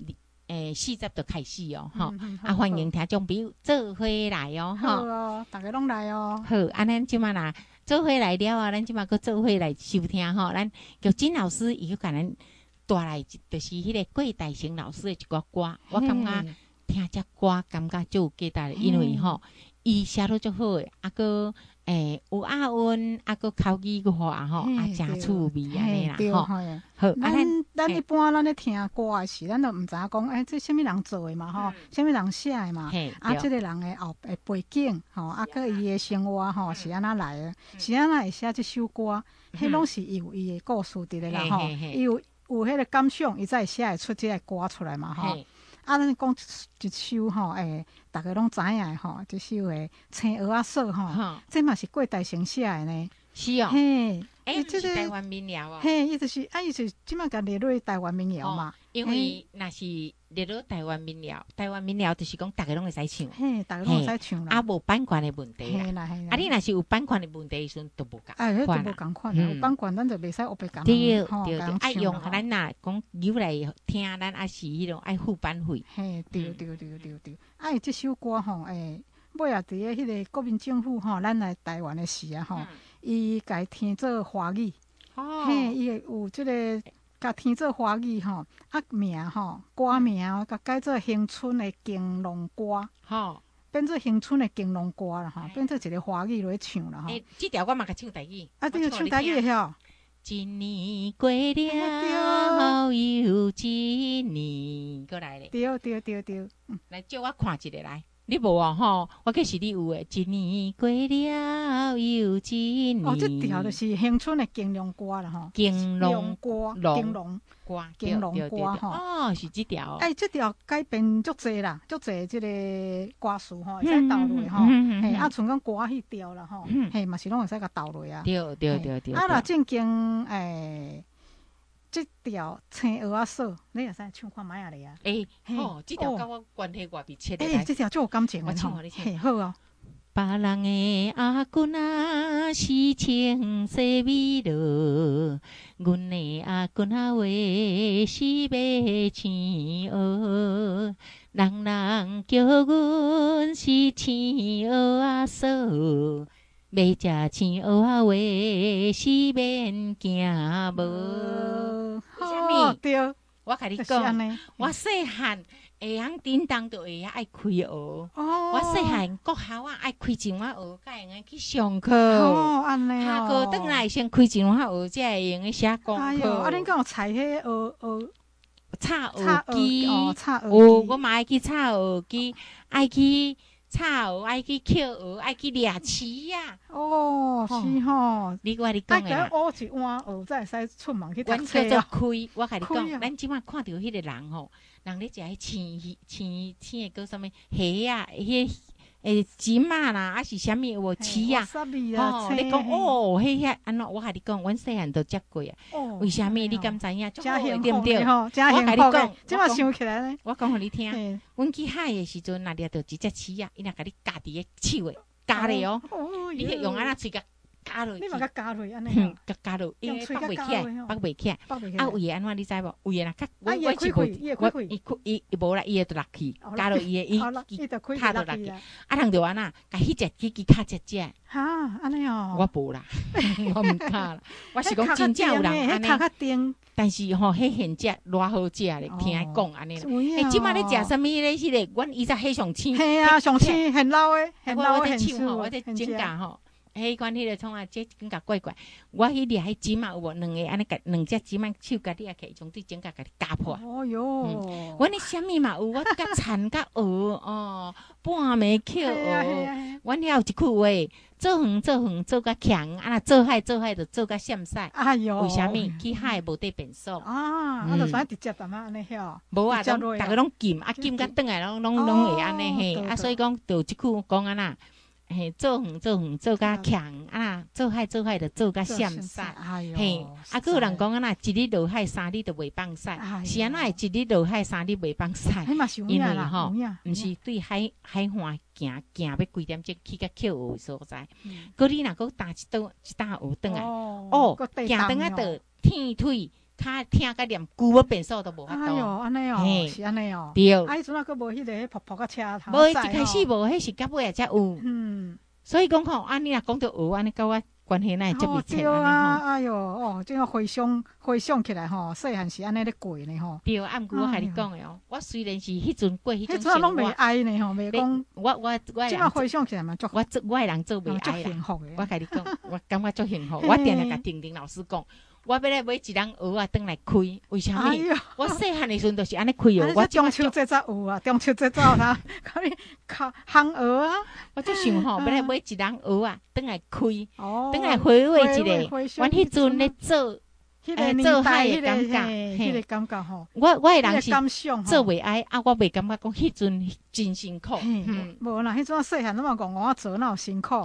40就开始哦，吼，啊欢迎听众朋友做伙来哦， 吼，好哦，大家拢来哦， 好，啊咱即满啦做伙来了啊，咱即满佫做伙来收听吼，咱玉珍老师伊佫甲咱。带来就是迄个郭大成老师的一寡歌，我感觉听这歌感觉就有价值，因为吼，伊写得足好诶，啊个有押韵，啊个口语化吼，啊真趣味安尼啦，吼。好， 咱一般咱咧听歌诶时，咱都毋知影讲，这啥物人做诶嘛，吼，啥物人写诶嘛，啊，即个人诶后诶背景，吼，啊个伊诶生活吼是安怎来诶，是安怎会写即首歌，迄拢是有伊诶故事伫咧啦，吼，伊有迄个感想，伊才会写会出即个歌出来嘛，吼。啊，咱讲一首吼，逐个拢知影诶吼，即首诶《青蚵仔嫂》吼，这嘛是郭大成写诶呢。 是哦， 嘿， 伊这是台湾民谣哦， 嘿，伊就是伊是即摆甲列入台湾民谣嘛， 因为若是列入台湾民谣，台湾民谣就是讲大家拢会使唱， 嘿，大家拢会使唱啦， 啊无版权的问题嘿啦嘿啦， 啊你若是有版权的问题，时阵都无共迄都无共款啦，有版权咱就袂使黑白讲，对对，爱用咱若讲由来听，咱也是迄种爱付版费， 嘿，对，啊伊即首歌吼，尾啊伫迄个国民政府吼，咱来台湾的时啊吼，伊家填做华语，嘿，伊有即个。甲填做华语吼，啊名吼歌名甲改做乡村的敬老歌，吼，变做乡村的敬老歌啦吼，变做一个华语来唱啦吼。 即条我嘛甲唱台语， 啊，你唱台语晓？ 一年过了又一年，过来咧。 对， 来叫我看一个来。你无啊吼，我计是你有诶。一年过了又一年。 哦，这条就是乡村的敬老歌啦吼。 敬老歌，敬老歌吼。 哦，是这条。 这条改编足济啦，足济即个歌词吼，会使倒落吼。嘿，啊，像讲歌迄条啦吼，嘿，嘛是拢会使甲倒落啊。 对。 啊，若正经这条青蚵仔嫂，你会使唱看卖啊咧啊？ 好，这条甲我关系偌密切的。 这条足有感情的吼。嘿，好哦。 别人的阿君啊，是青色美罗，阮的阿君啊话是白青蚵，人人叫阮是青蚵仔嫂。要食青蚵仔话是免惊无。 好，对， 我甲你讲，我细汉下行叮当就会爱开学。我细汉国校啊爱开一碗学，才会用去上课。 安尼下课转来先开一碗学，才会用去写功课。 哎呦，啊，恁敢有采迄学插学机？ 插学机。 我嘛爱去插学机，爱去。插学爱去捡学，爱去掠蛆啊！ 哦，是吼。 你讲诶啦。 学一碗学，才会使出门去读册啊。阮叫做开，我甲你讲，咱即摆看到迄个人吼，人咧食迄青诶，叫啥物虾啊？迄金啊啦，还是啥物有蛆啊？ 吼， 你讲哦，迄安怎？我甲你讲，阮细汉都食过啊。为虾物？你敢知影？ 真幸对不对？ 我甲你讲，即摆想起来咧。 我讲互你听，阮去海诶时阵，若掠到一只蛆啊，伊若甲你夹伫个手诶，夹咧哦。你去用安那喙甲夹落去。 你嘛甲夹落安尼。 夹落，因为绑袂起来，绑袂起来。啊，胃安怎你知无？胃若较， 我伊无啦，伊会落去，夹落伊诶，伊拍落落去。啊，通着安那，甲迄只鸡脚食。 哈，安尼哦。 我无啦，我毋敢啦。我是讲真正有人安尼。但是吼，迄现食偌好食咧，听伊讲安尼啦。即摆咧食啥物咧？迄个，阮伊在迄上青。 系啊，上青很老诶，很老诶，很香吼，我在整甲吼。迄款迄个创啊，这感觉怪怪。我去掠迄金啊，有无两个安尼，两只金啊手甲掠起，从对整甲甲你夹破。 哦哟， 阮咧啥物嘛有，我甲田甲蚵哦，半暝捡蚵。阮遐有一句话，做远做甲强，啊，做海就做甲闪晒。 哎哟， 为虾米去海无得变数？ 啊，就算直接淡仔安尼晓。 无啊，逐个拢金，啊金甲转来拢会安尼嘿。啊，所以讲就即句讲安那。嘿，做远做甲强啊！做海就做甲闪晒，嘿！啊，佫有人讲啊呐，一日落海，3日就袂放晒，是安怎会一日落海3日袂放晒？因为吼，毋是对海岸行要几点钟去甲捡蚵所在。佫你若佫打一担蚵转来，哦，行转啊倒天腿。较听甲念久要变数都无法度。 哎哟，安尼哦，是安尼哦。 对。 啊，迄阵啊，佫无迄个扑个车头。 无，一开始无，迄是到尾才有。所以讲吼，安尼若讲到学，安尼甲我关系哪会这么切安尼吼？哎哟，哦，这样回想起来吼，细汉是安尼咧过呢吼。 对，毋过我甲你讲诶哦，我虽然是迄阵过迄种生活，迄阵拢袂哀呢吼，袂讲。 我即摆回想起来嘛， 我诶人做袂哀啦。 我甲你讲，我感觉足幸福。我定定甲婷婷老师讲。我要来买一人蚵仔转来开，为虾米？我细汉的时阵就是安尼开哦。 我中秋节才有啊，中秋节才有呾，可你烘蚵啊！ 我就想吼，要来买一人蚵仔转来开，转来回味一下。阮迄阵咧做，做海的感觉， 迄个感觉吼。 我诶人是做袂哀，啊，我袂感觉讲迄阵真辛苦。 无啦，迄阵细汉那么讲我做那有辛苦。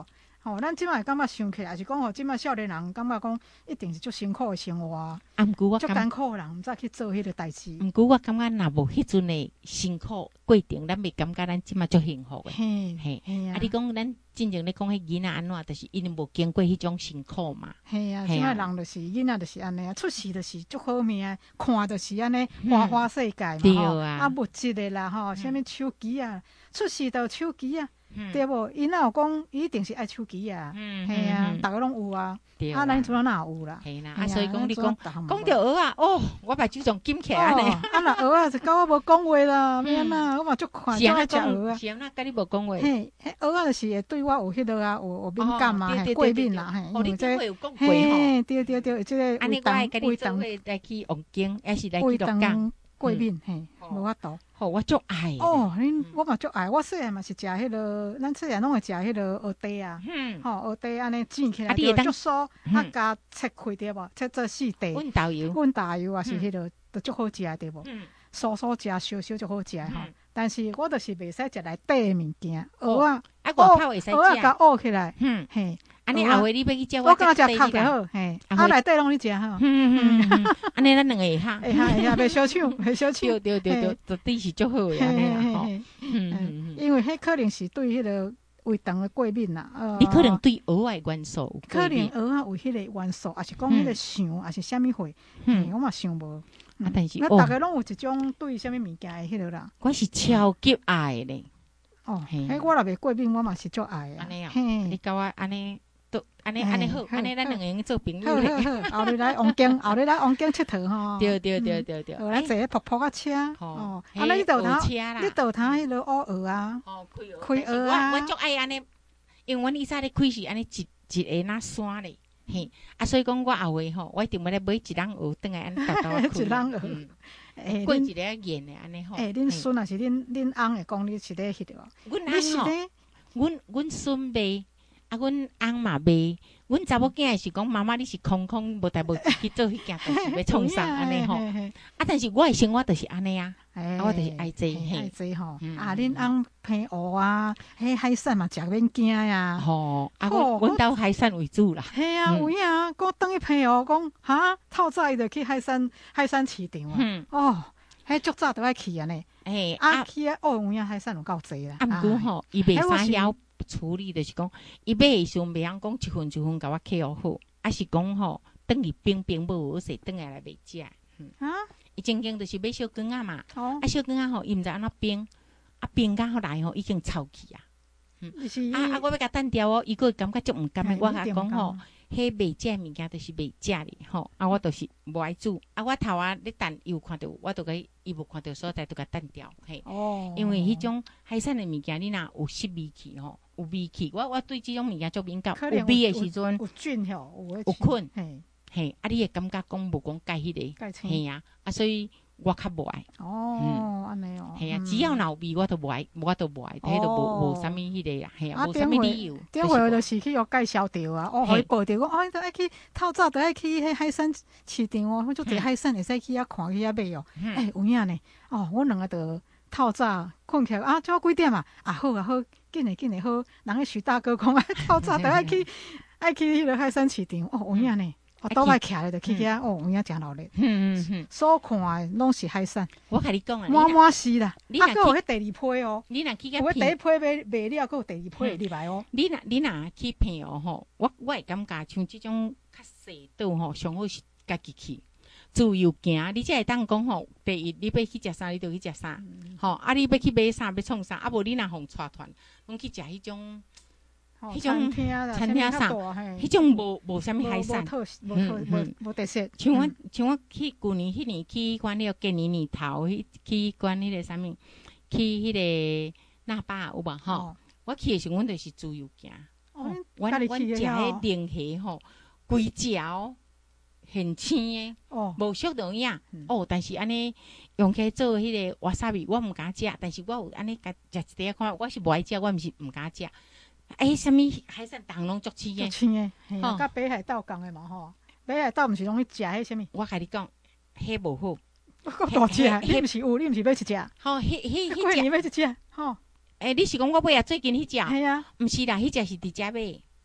吼，咱即摆感觉想起来，是讲吼，即摆少年人感觉讲一定是足辛苦的生活啊， 毋过我足艰苦的人，毋知去做迄个代志。 毋过我感觉若无迄阵的辛苦过程，咱袂感觉咱即摆足幸福的。 嘿， 啊，你讲咱真正咧讲迄囡仔安怎，就是因为无经过迄种辛苦嘛。 嘿啊，即摆人就是囡仔就是安尼啊，出世就是足好命的，看就是安尼花花世界嘛吼。啊，物质的啦吼，啥物手机啊，出世就手机啊。对无？伊哪有讲一定是爱手机啊？嘿啊，逐个拢有啊。啊，咱厝哪有啦？ 嘿啦，啊，所以讲你讲到蚵仔哦，我目睭上金起来呢。 啊，若蚵仔就甲我无讲话啦，咩呐？我嘛足看，足爱食蚵仔。 是安那甲你无讲话？ 嘿，蚵仔就是会对我有迄落啊，有敏感啊，过敏啦，嘿。 哦，你这有讲过吼？ 嘿，对，即个安尼我爱甲你做伙来去王京，还是来去鹿港？ 过敏嘿，无法度。 吼，我足爱。 哦，我嘛足爱。我细汉嘛是食迄落，咱细汉拢会食迄落蚵嗲啊。吼，蚵嗲安尼煎起来就足酥，啊加切开对无？切做四块。 阮豆油也是迄落，都足好食对无？酥酥食，烧足好食吼。但是我就是袂使食内底的物件，蚵仔， 啊外口会使食。 蚵仔甲漚起来，嘿。 安尼后尾你要去叫我敢食壳就好，嘿，啊内底拢你食吼。 安尼咱两个会合， 袂小抢，袂小抢。 对，绝对是足好诶安尼啦吼。 因为迄可能是对迄个胃肠的过敏啦。 你可能对蚵仔元素有可能蚵仔有迄个元素，也是讲迄个想，也是啥物货，我嘛想无。 啊，但是那大家拢有一种对啥物物件的迄个啦。 我是超级爱咧。 哦，迄我若袂过敏，我嘛是足爱啊。 安尼啊，你甲我安尼。都安尼好，安尼咱两个人做朋友咧。 好，后日来王京佚佗吼。 对。 后来坐咧噗噗车。哦，啊，你倒头迄落乌蚵啊。哦，开蚵啊。 我足爱安尼，因为阮以前咧开是安尼一个那山咧，嘿，啊，所以讲我后尾吼，我一定要来买一人蚵，等下安尼豆豆开。 一人蚵。 过一个演的安尼吼。 恁孙也是恁翁会讲你是咧迄个。 阮翁吼，阮孙袂。啊，阮翁嘛袂，阮查某囝是讲妈妈你是空无代无志去做迄件代志要创啥安尼吼。啊，但是我的生活就是安尼啊，我就是爱做爱做吼。啊，恁翁平蚵啊，迄海产嘛食免惊呀。 吼，啊，阮兜海产为主啦。 嘿啊，有影啊，我等于平蚵讲哈，透早伊就去海产市场啊。哦，迄足早都爱去安尼。嘿，啊去啊，有影海产有够济啦。 啊，毋过吼，伊袂啥晓。处理就是讲，伊买的时阵袂晓讲一份甲我客好，啊是讲吼，等于冰无好势，等下来袂食。伊正经就是买小羹仔嘛，啊小羹仔吼，伊毋知安怎冰，啊冰甲后来吼已经臭去啊。啊我要甲单调哦，伊个感觉足毋甘的，我甲讲吼，迄袂食物件就是袂食哩吼，啊我就是无爱煮，啊我头啊咧等伊有看到，我就甲伊无看到所在，就甲单调嘿。哦，因为迄种海产的物件，你若有湿味气吼。有味气，我对即种物件足敏感。有味的时阵， 有菌吼， 有菌，嘿，啊，你会感觉讲无讲介迄个，嘿啊，啊，所以我较无爱。 哦，安尼哦， 嘿啊，只要有味我都无爱，迄都无啥物迄个啦，嘿啊，无啥物理由。 顶回就是去互介绍着啊，哦，互伊报着讲，哦，你都爱去透早都爱去迄海产市场哦，足侪海产会使去遐看去遐买哦。有影呢，哦，我两个都透早困起来啊，怎几点啊？啊好，紧诶好，人个徐大哥讲啊，透早都爱去迄个海产市场哦，有影呢。我倒摆徛咧就去遐，哦，有影真热闹。所看诶拢是海产。 我甲你讲啊， 满是啦。啊，佫有迄第二批哦。 你若去有第一批卖了，佫有第二批会入来哦。 你若去平哦吼，我会感觉像即种较细岛吼，上好是家己去。自由行，你才会当讲吼。第一，你要去食啥，你就去食啥。吼，啊，你要去买啥，要创啥，啊，无你若互带团，拢去食迄种餐厅啥，迄种无啥物海产， 无特色。 像我去旧年迄年去管迄个今年头去管迄个啥物，去迄个那霸有无吼？我去的时候，阮就是自由行。阮食迄龙虾吼，规只哦。很青诶，无熟到影哦。但是安尼用起做迄个瓦萨比，我毋敢食。但是我有安尼甲食一碟看，我是无爱食，我毋是毋敢食。啥物海产逐项拢足青诶， 足青诶，甲北海道共诶嘛吼。北海道毋是拢去食迄啥物？ 我甲你讲，迄无好。 我大只，你毋是有，你毋是要一只？ 吼，迄只，你要一只？吼， 你是讲我买啊最近迄只？ 系啊， 毋是啦，迄只是伫遮买。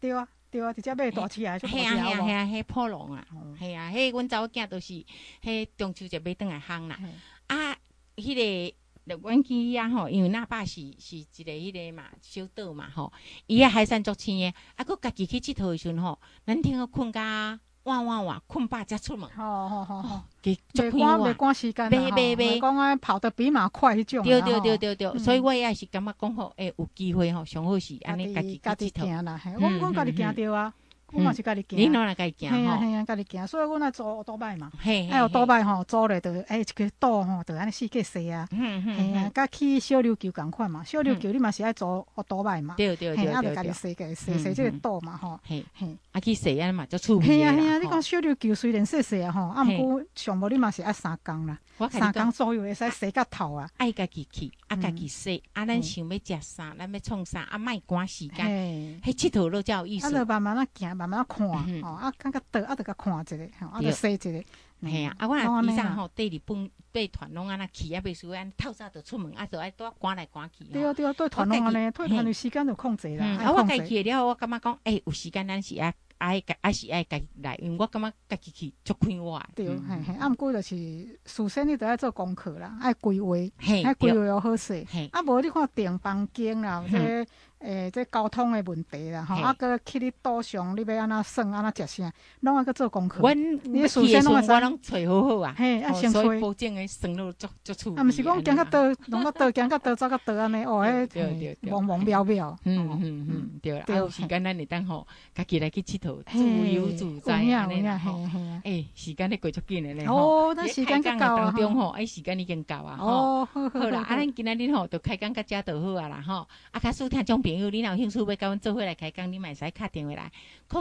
对啊，伫遮买大车啊，就大嘿啊嘿啊条嘿啊，迄普龙啊，嘿啊，迄阮查某囝都是迄中秋节买转来烘啦。啊，迄个。阮记啊吼，因为那爸是一个迄个嘛小岛嘛吼，伊啊海产足青诶，啊，佮家己去佚佗诶时阵吼，咱听个困甲晚，困饱才出门。 吼， 袂赶时间啦，袂讲啊跑得比马快迄种。 对，所以我也是感觉讲吼，有机会吼，上好是安尼家己去佚佗啦。阮家己行着啊。我嘛是家己行， 你哪来家己行？ 嘿啊，家己行，所以阮爱租奥多摆嘛。 嘿， 奥多摆吼，租咧就一个岛吼，就安尼四界踅啊。嘿啊，甲去小琉球共款嘛。小琉球你嘛是爱租奥多摆嘛。 对， 啊，就家己踅这个岛嘛吼。 嘿，啊去踅安尼嘛，足趣味。 嘿啊，你讲小琉球虽然踅啊吼，啊，毋过上无你嘛是爱3工啦。3工左右会使踅到透啊。 爱家己去，啊家己踅，啊咱想要食啥，咱要创啥，啊莫赶时间。迄佚佗落才有意思。 啊，就慢慢啊行，慢慢看。啊，感觉倒啊，就甲看一下，啊，就踅一下。 嘿啊，啊，我若以前吼，第日本带团拢安那去，啊，袂输安透早就出门，啊，就爱多赶来赶去。 对，带团拢安尼，带团的时间就控制啦。 啊，我家己去了，我感觉讲，有时间咱是爱家己来，因为我感觉家己去足快活。 对，嘿，啊，毋过就是事先你都要做功课啦，爱规划，爱规划好势。啊，无你看订房间啦，这交通的问题啦，吼，啊，搁去你岛上，你要安怎耍，安怎食啥，拢爱搁做功课。 你事先拢我拢找好好啊， 嘿，啊，先找。 所以保证的算了足趣。 啊，毋是讲行到倒，弄到倒，行到倒，走到倒安尼，哦， 对， 茫茫渺渺。 对啦，有时间咱会当吼，家己来去佚佗，自由自在安尼啦。时间咧过足紧的咧吼。咱时间够啊。 当中吼，时间已经够啊。 好啦，啊，咱今仔日吼，就开讲到遮就好啊啦吼。啊，假使听众朋友，你若有兴趣要甲阮做伙来开讲，你嘛会使敲电话来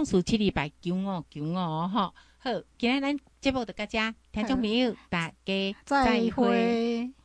，04729595吼。好，今仔咱节目就到遮，听众朋友，大家再会。